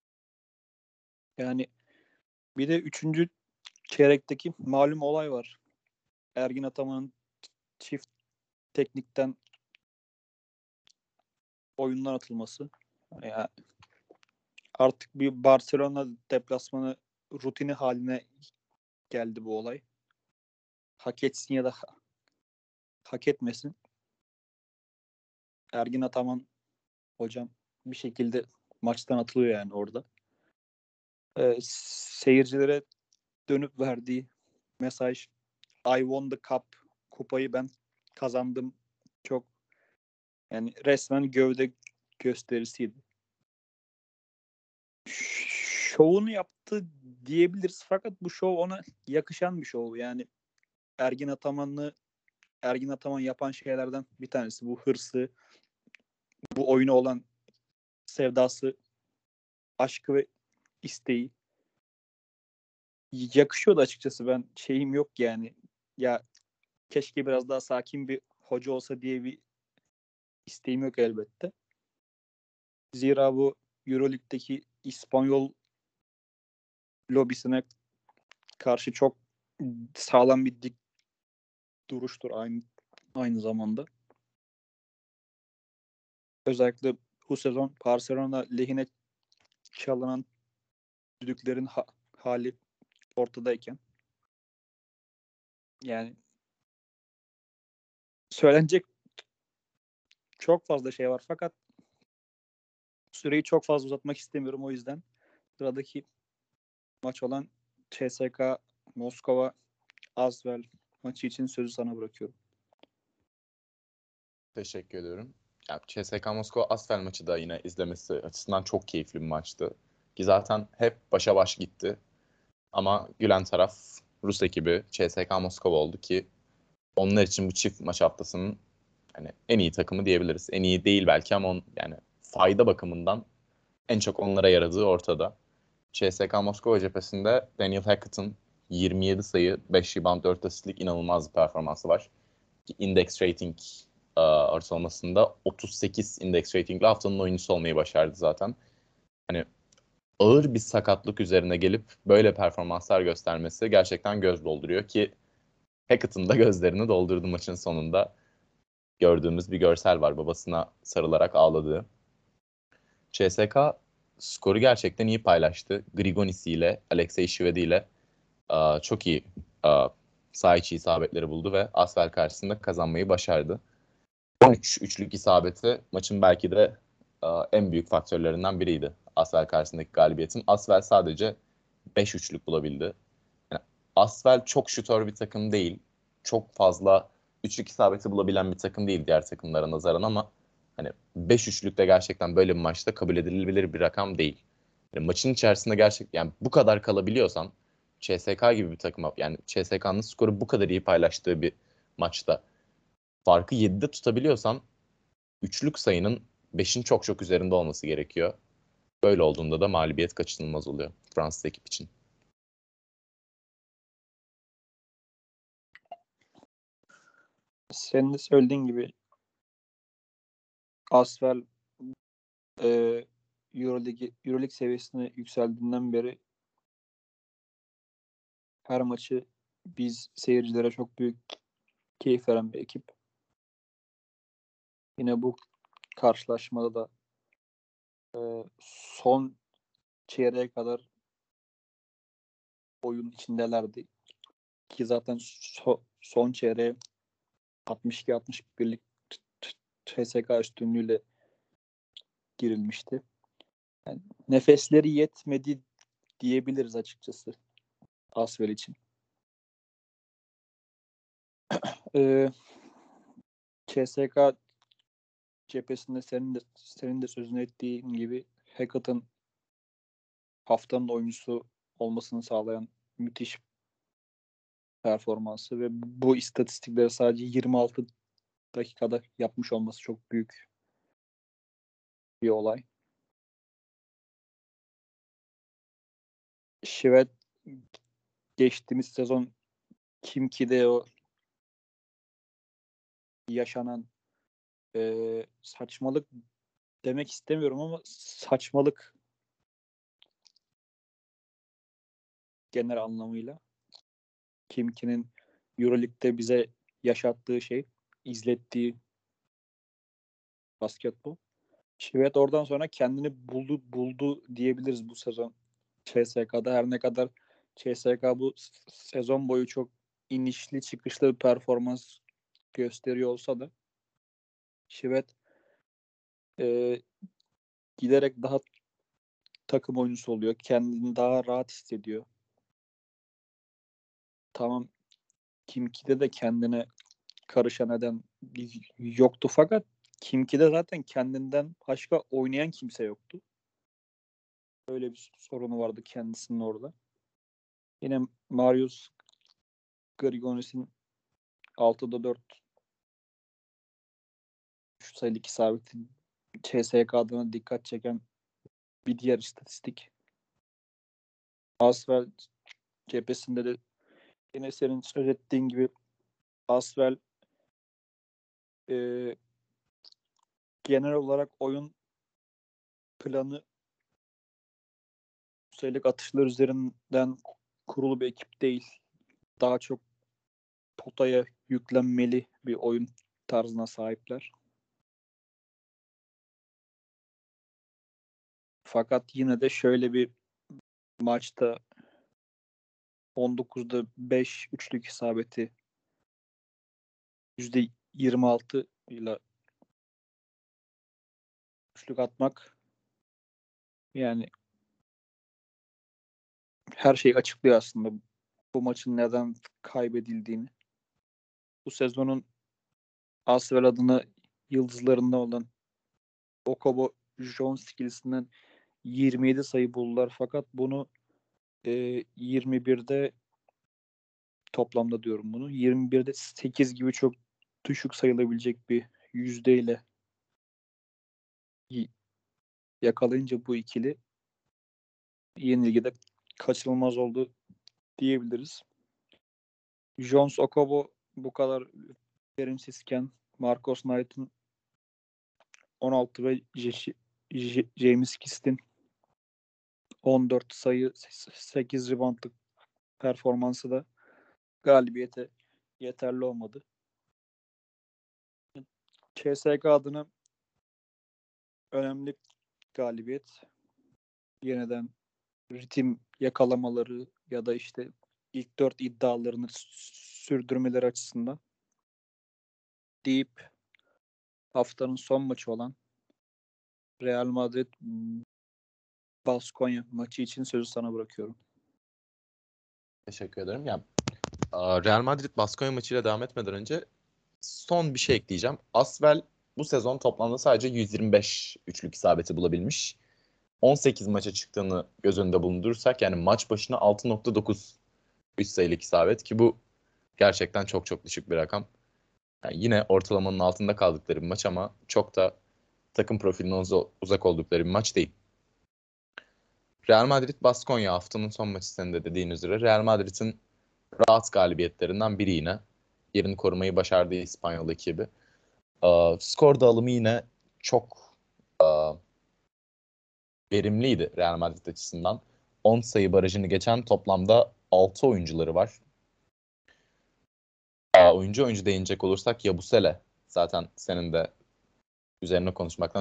Yani bir de 3. çeyrekteki malum olay var. Ergin Ataman'ın çift teknikten oyundan atılması. Yani artık bir Barcelona deplasmanı rutini haline geldi bu olay. Hak etsin ya da hak etmesin. Ergin Ataman hocam bir şekilde maçtan atılıyor yani orada. Seyircilere dönüp verdiği mesaj I won the cup. Kupayı ben kazandım. Çok yani resmen gövde gösterisiydi. Şovunu yaptı diyebiliriz fakat bu şov ona yakışan bir şov. Yani Ergin Ataman yapan şeylerden bir tanesi bu hırsı, bu oyuna olan sevdası, aşkı ve isteği. Yakışıyordu açıkçası, ben şeyim yok yani. Ya keşke biraz daha sakin bir hoca olsa diye bir isteğim yok elbette. Zira bu Euroleague'deki İspanyol lobisine karşı çok sağlam bir dik duruştur aynı zamanda. Özellikle bu sezon Barcelona lehine çalınan düdüklerin hali ortadayken. Yani söylenecek çok fazla şey var fakat süreyi çok fazla uzatmak istemiyorum, o yüzden sıradaki maç olan CSKA Moskova Asvel maçı için sözü sana bırakıyorum. Teşekkür ediyorum. Ya, CSKA Moskova Asvel maçı da yine izlemesi açısından çok keyifli bir maçtı. Ki zaten hep başa baş gitti. Ama gülen taraf Rus ekibi CSKA Moskova oldu ki onlar için bu çift maç haftasının hani en iyi takımı diyebiliriz. En iyi değil belki ama yani fayda bakımından en çok onlara yaradığı ortada. CSKA Moskova cephesinde Daniel Hackett'ın 27 sayı, 5 rebound, 4 asistlik inanılmaz bir performansı var. Index rating ortalamasında 38 index ratingle haftanın oyuncusu olmayı başardı zaten. Hani ağır bir sakatlık üzerine gelip böyle performanslar göstermesi gerçekten göz dolduruyor ki Hackett'ın da gözlerini doldurdu maçın sonunda. Gördüğümüz bir görsel var, babasına sarılarak ağladığı. CSK skoru gerçekten iyi paylaştı. Grigonis ile Alexey Shvedi ile çok iyi saha içi isabetleri buldu ve Asvel karşısında kazanmayı başardı. 13 üçlük isabeti maçın belki de en büyük faktörlerinden biriydi Asvel karşısındaki galibiyetin. Asvel sadece 5 üçlük bulabildi. Yani Asvel çok şutör bir takım değil. Çok fazla üçlük isabeti bulabilen bir takım değil diğer takımlara nazaran ama hani 5 üçlük de gerçekten böyle bir maçta kabul edilebilir bir rakam değil. Yani maçın içerisinde gerçekten yani bu kadar kalabiliyorsan CSK gibi bir takıma, yani CSK'nın skoru bu kadar iyi paylaştığı bir maçta farkı 7'de tutabiliyorsan üçlük sayının 5'in çok çok üzerinde olması gerekiyor. Böyle olduğunda da mağlubiyet kaçınılmaz oluyor Fransız ekip için. Senin de söylediğin gibi Asvel Euroleague seviyesine yükseldiğinden beri her maçı biz seyircilere çok büyük keyif veren bir ekip. Yine bu karşılaşmada da son çeyreğe kadar oyun içindelerdi. Ki zaten son çeyreğe 62-61'lik TSK üstünlüğüyle girilmişti. Yani nefesleri yetmedi diyebiliriz açıkçası Asvel için. CSK cephesinde senin de sözünü ettiğin gibi Hackett'ın haftanın oyuncusu olmasını sağlayan müthiş performansı ve bu istatistikleri sadece 26 dakikada yapmış olması çok büyük bir olay. Şivet geçtiğimiz sezon Kimki'de o yaşanan saçmalık demek istemiyorum ama saçmalık genel anlamıyla Kimki'nin Euroleague'de bize yaşattığı şey, izlettiği basketbol. Şivet oradan sonra kendini buldu diyebiliriz bu sezon CSK'da. Her ne kadar CSK bu sezon boyu çok inişli çıkışlı bir performans gösteriyor olsa da Şivet giderek daha takım oyuncusu oluyor. Kendini daha rahat hissediyor. Tamam, Kimki'de de kendine karışan neden yoktu fakat Kimki'de zaten kendinden başka oynayan kimse yoktu. Öyle bir sorunu vardı kendisinin orada. Yine Marius Grigonis'in 6'da 4 3 sayılık isabeti CSK adına dikkat çeken bir diğer istatistik. Asvel cephesinde de yine senin söz ettiğin gibi Asvel genel olarak oyun planı sayılık atışlar üzerinden kurulu bir ekip değil. Daha çok potaya yüklenmeli bir oyun tarzına sahipler. Fakat yine de şöyle bir maçta 19'da 5 üçlük isabeti %26 ile üçlük atmak yani her şeyi açıklıyor aslında bu maçın neden kaybedildiğini. Bu sezonun Asvel adına yıldızlarında olan Okobo Jones ikilisinden 27 sayı buldular fakat bunu 21'de toplamda diyorum bunu. 21'de 8 gibi çok düşük sayılabilecek bir yüzdeyle yakalayınca bu ikili yenilgide kaçınılmaz oldu diyebiliriz. Jones Okobo bu kadar verimsizken Marcos Knight'ın 16 ve James Kist'in 14 sayı 8 reboundlık performansı da galibiyete yeterli olmadı. CSK adına önemli galibiyet. Yeniden ritim yakalamaları ya da işte ilk 4 iddialarını sürdürmeleri açısından deyip haftanın son maçı olan Real Madrid Baskonya maçı için sözü sana bırakıyorum. Teşekkür ederim. Yani Real Madrid Baskonya maçıyla devam etmeden önce son bir şey ekleyeceğim. Asvel bu sezon toplamda sadece 125 üçlük isabeti bulabilmiş. 18 maça çıktığını göz önünde bulundurursak yani maç başına 6.9 3 sayılık isabet ki bu gerçekten çok çok düşük bir rakam. Yani yine ortalamanın altında kaldıkları bir maç ama çok da takım profilinden uzak oldukları bir maç değil. Real Madrid Baskonya haftanın son maçı senin de dediğin üzere Real Madrid'in rahat galibiyetlerinden biri yine. Yerini korumayı başardığı İspanyol ekibi. Skor dağılımı yine çok verimliydi Real Madrid açısından. 10 sayı barajını geçen toplamda 6 oyuncuları var. oyuncu değinecek olursak Yabusele. Zaten senin de üzerine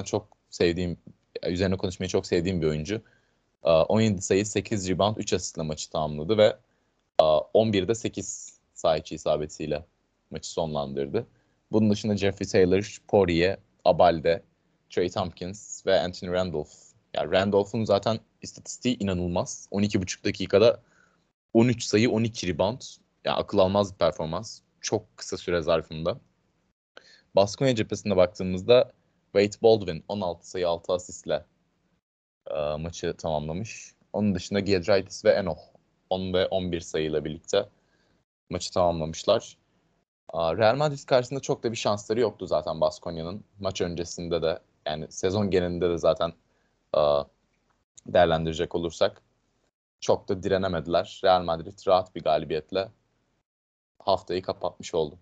konuşmayı çok sevdiğim bir oyuncu. 17 sayı, 8 rebound, 3 asistle maçı tamamladı ve 11'de 8 saha içi isabetiyle maçı sonlandırdı. Bunun dışında Jeffrey Taylor, Poirier, Abalde, Trey Tompkins ve Anthony Randolph. Yani Randolph'un zaten istatistiği inanılmaz. 12,5 dakikada 13 sayı, 12 rebound. Yani akıl almaz bir performans. Çok kısa süre zarfında. Baskonya cephesine baktığımızda Wade Baldwin 16 sayı 6 asistle maçı tamamlamış. Onun dışında Giedraitis ve Enoch 10 ve 11 sayıyla birlikte maçı tamamlamışlar. Real Madrid karşısında çok da bir şansları yoktu zaten Baskonya'nın. Maç öncesinde de yani sezon genelinde de zaten değerlendirecek olursak çok da direnemediler. Real Madrid rahat bir galibiyetle haftayı kapatmış oldu.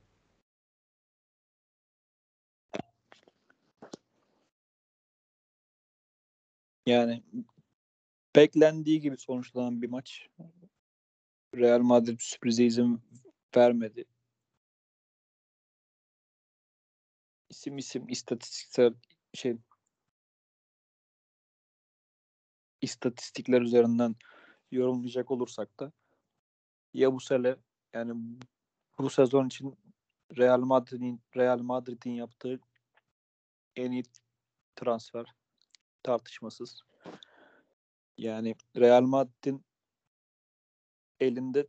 Yani beklendiği gibi sonuçlanan bir maç. Real Madrid sürprize izin vermedi. İsim istatistikler üzerinden yorumlayacak olursak da Yabusele yani bu sezon için Real Madrid'in yaptığı en iyi transfer tartışmasız. Yani Real Madrid'in elinde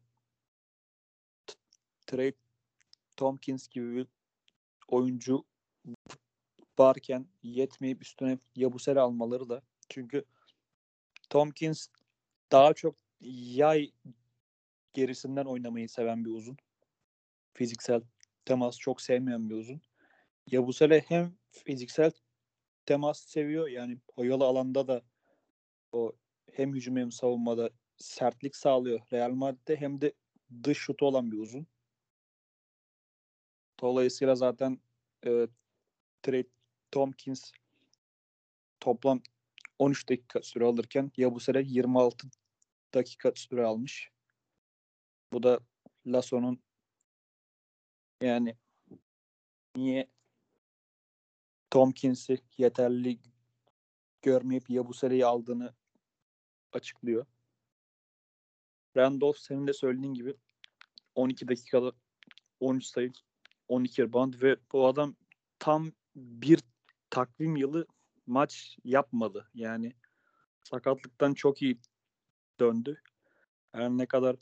Trey Tompkins gibi bir oyuncu varken yetmeyip üstüne Yabusele almaları da, çünkü Tompkins daha çok yay gerisinden oynamayı seven bir uzun. Fiziksel temas çok sevmeyen bir uzun. Yabusele hem fiziksel temas seviyor, yani oyalı alanda da o hem hücum hem savunmada sertlik sağlıyor Real Madrid'de, hem de dış şutu olan bir uzun. Dolayısıyla zaten Trey Tompkins toplam 13 dakika süre alırken Yabusele 26 dakika süre almış. Bu da Lasso'nun yani niye Tompkins'i yeterli görmeyip Yabusele'yi aldığını açıklıyor. Randolph senin de söylediğin gibi 12 dakikada 13 sayı, 12 rebound ve bu adam tam bir takvim yılı maç yapmadı. Yani sakatlıktan çok iyi döndü. Her ne kadar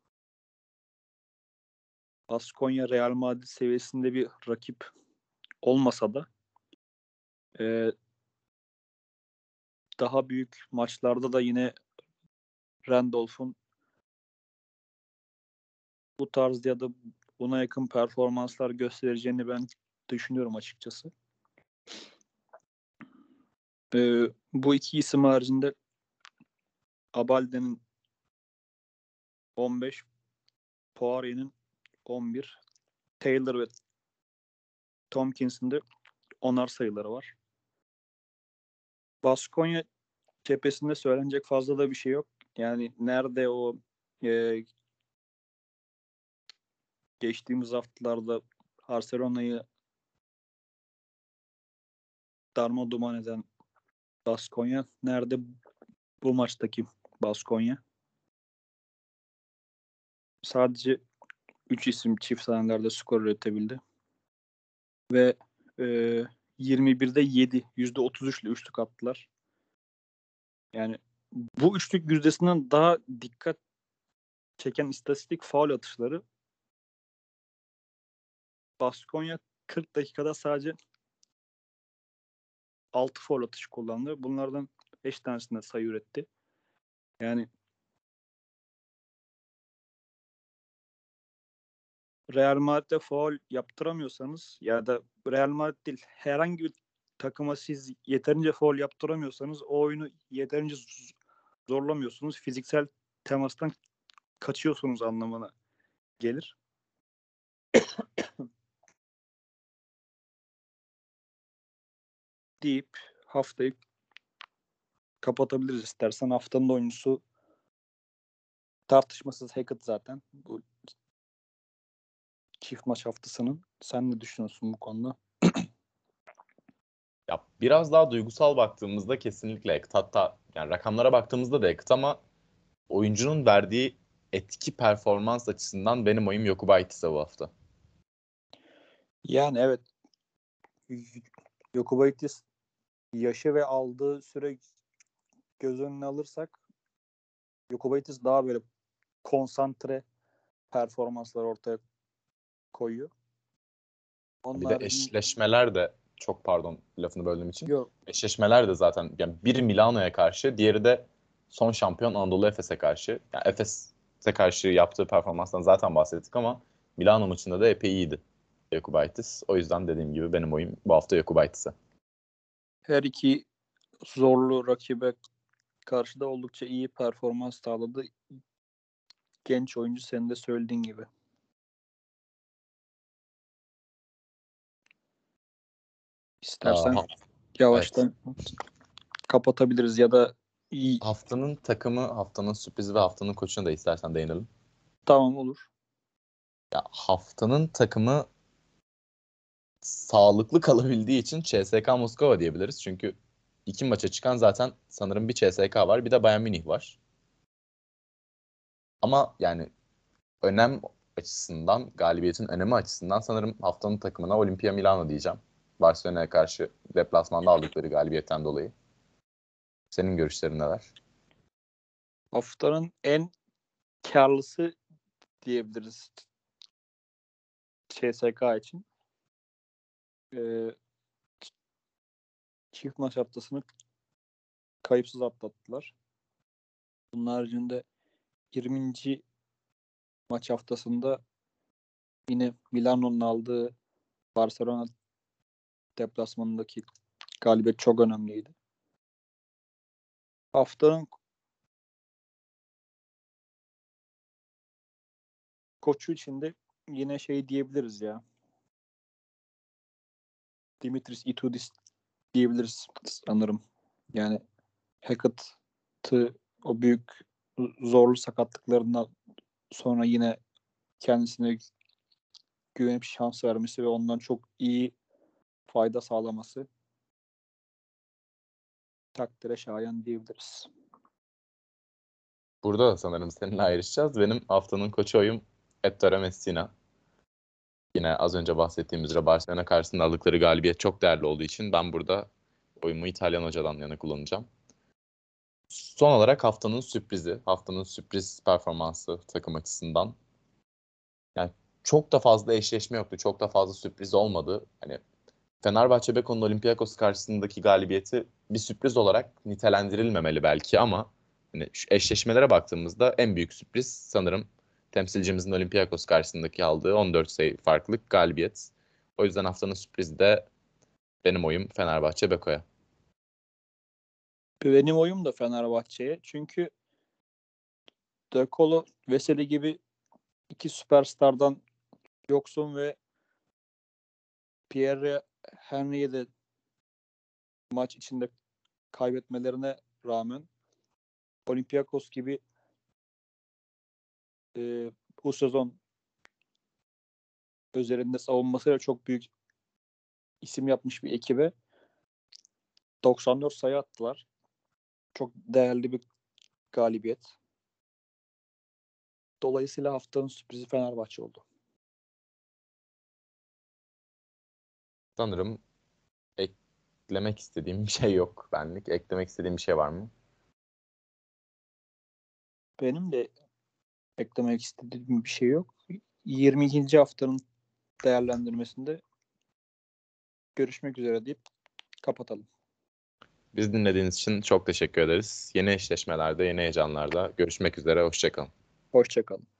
Baskonya Real Madrid seviyesinde bir rakip olmasa da daha büyük maçlarda da yine Randolph'un bu tarz ya da buna yakın performanslar göstereceğini ben düşünüyorum açıkçası. Bu iki isim haricinde Abalde'nin 15, Poirier'in 11, Taylor ve Tompkins'in de 10'ar sayıları var. Baskonya cephesinde söylenecek fazla da bir şey yok. Yani nerede o geçtiğimiz haftalarda Barcelona'yı darmadağın eden Baskonya, nerede bu maçtaki Baskonya? Sadece 3 isim çift hanelerde skor üretebildi. Ve 21'de 7, %33 ile üçlük attılar. Yani bu üçlük yüzdesinden daha dikkat çeken istatistik faul atışları. Baskonya 40 dakikada sadece 6 faul atışı kullandı. Bunlardan 5 tanesinde sayı üretti. Yani Real Madrid'e faul yaptıramıyorsanız ya da Real Madrid değil, herhangi bir takıma siz yeterince faul yaptıramıyorsanız o oyunu yeterince zorlamıyorsunuz. Fiziksel temastan kaçıyorsunuz anlamına gelir. Deyip haftayı kapatabiliriz istersen. Haftanın oyuncusu tartışmasız Hackett zaten. Bu çift maç haftasının. Sen ne düşünüyorsun bu konuda? Ya biraz daha duygusal baktığımızda kesinlikle Ekut. Hatta yani rakamlara baktığımızda da Ekut ama oyuncunun verdiği etki performans açısından benim oyum Jokubaitis'e bu hafta. Yani evet, Jokubaitis yaşı ve aldığı süre göz önüne alırsak Jokubaitis daha böyle konsantre performanslar ortaya koyuyor. Onun Bir de haricinde eşleşmeler de çok pardon lafını böldüğüm için. yok. Eşleşmeler de zaten yani biri Milano'ya karşı, diğeri de son şampiyon Anadolu Efes'e karşı. Yani Efes'e karşı yaptığı performanstan zaten bahsettik ama Milano maçında da epey iyiydi Jokubaitis. O yüzden dediğim gibi benim oyum bu hafta Jokubaitis'e. Her iki zorlu rakibe karşı da oldukça iyi performans sağladı. Genç oyuncu, senin de söylediğin gibi. İstersen Aa, evet. yavaştan kapatabiliriz ya da iyi. Haftanın takımı, haftanın sürprizi ve haftanın koçuna da istersen değinelim. Tamam, olur. Ya haftanın takımı sağlıklı kalabildiği için CSKA Moskova diyebiliriz. Çünkü iki maça çıkan zaten sanırım bir CSKA var, bir de Bayern Münih var. Ama yani önem açısından, galibiyetin önemi açısından sanırım haftanın takımına Olimpia Milano diyeceğim. Barcelona'ya karşı deplasmanda aldıkları galibiyetten dolayı. Senin görüşlerin neler? Haftanın en karlısı diyebiliriz CSK için. Ee, Çift maç haftasını kayıpsız atlattılar. Bunun haricinde 20. maç haftasında yine Milano'nun aldığı Barcelona deplasmanındaki galibiyet çok önemliydi. Haftanın koçu için de yine şey diyebiliriz ya. Dimitris Itoudis diyebiliriz sanırım. Yani Hackett'ı o büyük zorlu sakatlıklarından sonra yine kendisine güvenip şans vermesi ve ondan çok iyi fayda sağlaması takdire şayan diyebiliriz. Burada da sanırım seninle ayrışacağız. Benim haftanın koçu oyum Ettore Messina. Yine az önce bahsettiğimiz üzere Barcelona karşısında aldıkları galibiyet çok değerli olduğu için ben burada oyumu İtalyan hocadan yana kullanacağım. Son olarak haftanın sürprizi, haftanın sürpriz performansı takım açısından. Yani çok da fazla eşleşme yoktu, çok da fazla sürpriz olmadı. Hani Fenerbahçe Beko'nun Olympiakos karşısındaki galibiyeti bir sürpriz olarak nitelendirilmemeli belki ama hani şu eşleşmelere baktığımızda en büyük sürpriz sanırım temsilcimizin Olympiakos karşısındaki aldığı 14 sayı farklılık galibiyet. O yüzden haftanın sürprizi de benim oyum Fenerbahçe Beko'ya. Benim oyum da Fenerbahçe'ye. Çünkü De Colo, Veseli gibi iki süperstardan yoksun ve Pierre Henry'e de maç içinde kaybetmelerine rağmen Olympiakos gibi bu sezon üzerinde savunmasıyla çok büyük isim yapmış bir ekibe 94 sayı attılar. Çok değerli bir galibiyet. Dolayısıyla haftanın sürprizi Fenerbahçe oldu. Sanırım eklemek istediğim bir şey yok benlik. Eklemek istediğim bir şey var mı? Benim de eklemek istediğim bir şey yok. 22. haftanın değerlendirmesinde görüşmek üzere deyip kapatalım. Biz dinlediğiniz için çok teşekkür ederiz. Yeni eşleşmelerde, yeni heyecanlarda görüşmek üzere. Hoşça kalın. Hoşça kalın.